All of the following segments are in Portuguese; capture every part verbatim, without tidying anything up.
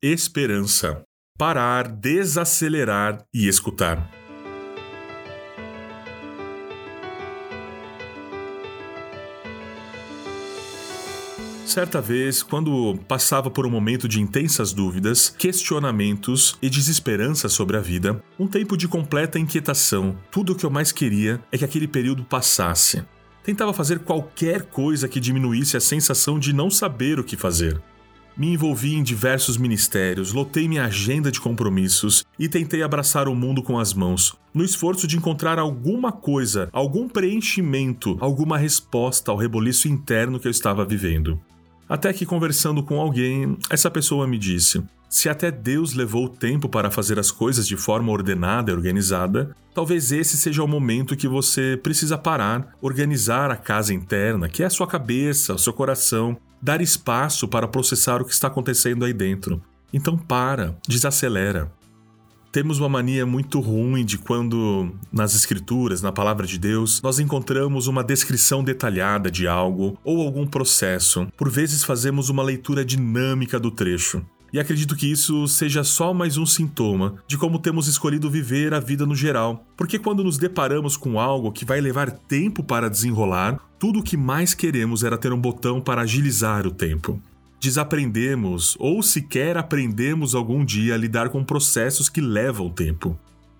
esperança. Parar, desacelerar e escutar. Certa vez, quando passava por um momento de intensas dúvidas, questionamentos e desesperança sobre a vida, um tempo de completa inquietação, tudo o que eu mais queria é que aquele período passasse. Tentava fazer qualquer coisa que diminuísse a sensação de não saber o que fazer. Me envolvi em diversos ministérios, lotei minha agenda de compromissos e tentei abraçar o mundo com as mãos, no esforço de encontrar alguma coisa, algum preenchimento, alguma resposta ao reboliço interno que eu estava vivendo. Até que, conversando com alguém, essa pessoa me disse: se até Deus levou tempo para fazer as coisas de forma ordenada e organizada, talvez esse seja o momento que você precisa parar, organizar a casa interna, que é a sua cabeça, o seu coração, dar espaço para processar o que está acontecendo aí dentro. Então para, desacelera. Temos uma mania muito ruim de quando, nas escrituras, na palavra de Deus, nós encontramos uma descrição detalhada de algo ou algum processo. Por vezes fazemos uma leitura dinâmica do trecho. E acredito que isso seja só mais um sintoma de como temos escolhido viver a vida no geral. Porque quando nos deparamos com algo que vai levar tempo para desenrolar, tudo o que mais queremos era ter um botão para agilizar o tempo. Desaprendemos ou sequer aprendemos algum dia a lidar com processos que levam tempo.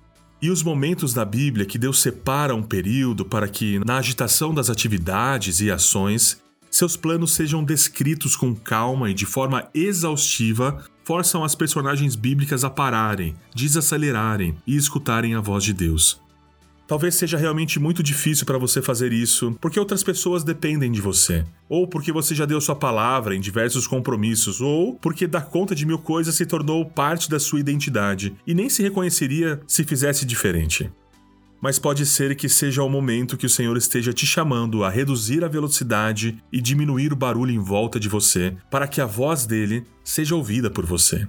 E os momentos da Bíblia que Deus separa um período para que, na agitação das atividades e ações, seus planos sejam descritos com calma e de forma exaustiva, forçam as personagens bíblicas a pararem, desacelerarem e escutarem a voz de Deus. Talvez seja realmente muito difícil para você fazer isso porque outras pessoas dependem de você, ou porque você já deu sua palavra em diversos compromissos, ou porque dar conta de mil coisas se tornou parte da sua identidade e nem se reconheceria se fizesse diferente. Mas pode ser que seja o momento que o Senhor esteja te chamando a reduzir a velocidade e diminuir o barulho em volta de você, para que a voz dele seja ouvida por você.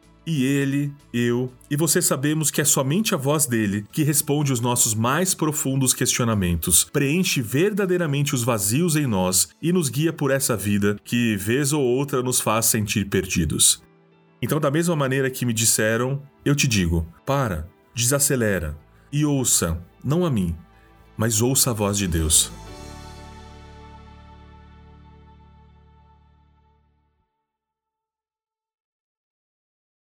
E ele, eu e você sabemos que é somente a voz dele que responde os nossos mais profundos questionamentos, preenche verdadeiramente os vazios em nós e nos guia por essa vida que, vez ou outra, nos faz sentir perdidos. Então, da mesma maneira que me disseram, eu te digo: para, desacelera e ouça, não a mim, mas ouça a voz de Deus.